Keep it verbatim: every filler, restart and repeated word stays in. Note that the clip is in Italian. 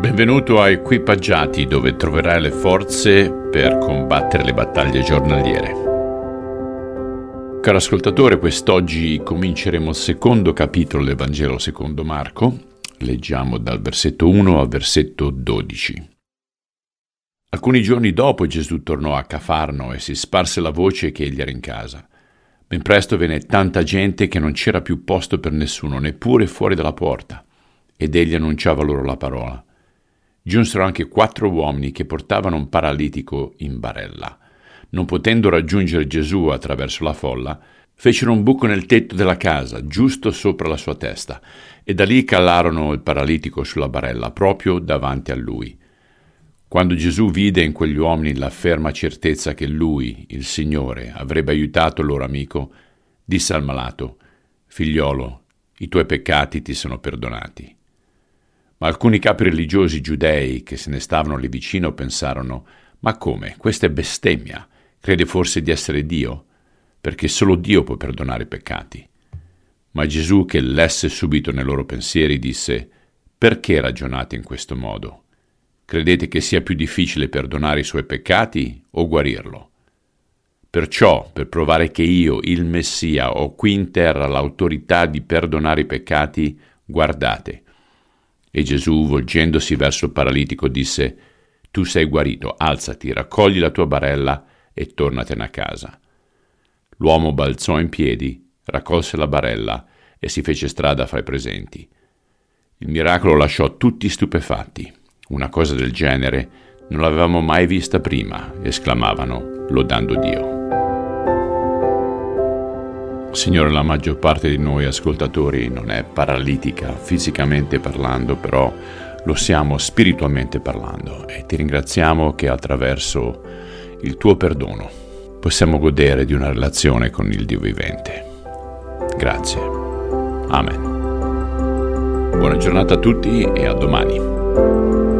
Benvenuto a Equipaggiati, dove troverai le forze per combattere le battaglie giornaliere. Caro ascoltatore, quest'oggi cominceremo il secondo capitolo del Vangelo secondo Marco. Leggiamo dal versetto uno al versetto dodici. Alcuni giorni dopo Gesù tornò a Cafarno e si sparse la voce che egli era in casa. Ben presto venne tanta gente che non c'era più posto per nessuno, neppure fuori dalla porta, ed egli annunciava loro la parola. Giunsero anche quattro uomini che portavano un paralitico in barella. Non potendo raggiungere Gesù attraverso la folla, fecero un buco nel tetto della casa, giusto sopra la sua testa, e da lì calarono il paralitico sulla barella, proprio davanti a lui. Quando Gesù vide in quegli uomini la ferma certezza che lui, il Signore, avrebbe aiutato il loro amico, disse al malato: «Figliolo, i tuoi peccati ti sono perdonati». Ma alcuni capi religiosi giudei che se ne stavano lì vicino pensarono: «Ma come? Questa è bestemmia. Crede forse di essere Dio? Perché solo Dio può perdonare i peccati». Ma Gesù, che lesse subito nei loro pensieri, disse: «Perché ragionate in questo modo? Credete che sia più difficile perdonare i suoi peccati o guarirlo? Perciò, per provare che io, il Messia, ho qui in terra l'autorità di perdonare i peccati, guardate». E Gesù, volgendosi verso il paralitico, disse: «Tu sei guarito, alzati, raccogli la tua barella e tornatene a casa». L'uomo balzò in piedi, raccolse la barella e si fece strada fra i presenti. Il miracolo lasciò tutti stupefatti. Una cosa del genere non l'avevamo mai vista prima, esclamavano, lodando Dio. Signore, la maggior parte di noi ascoltatori non è paralitica fisicamente parlando, però lo siamo spiritualmente parlando, e ti ringraziamo che attraverso il tuo perdono possiamo godere di una relazione con il Dio vivente. Grazie. Amen. Buona giornata a tutti e a domani.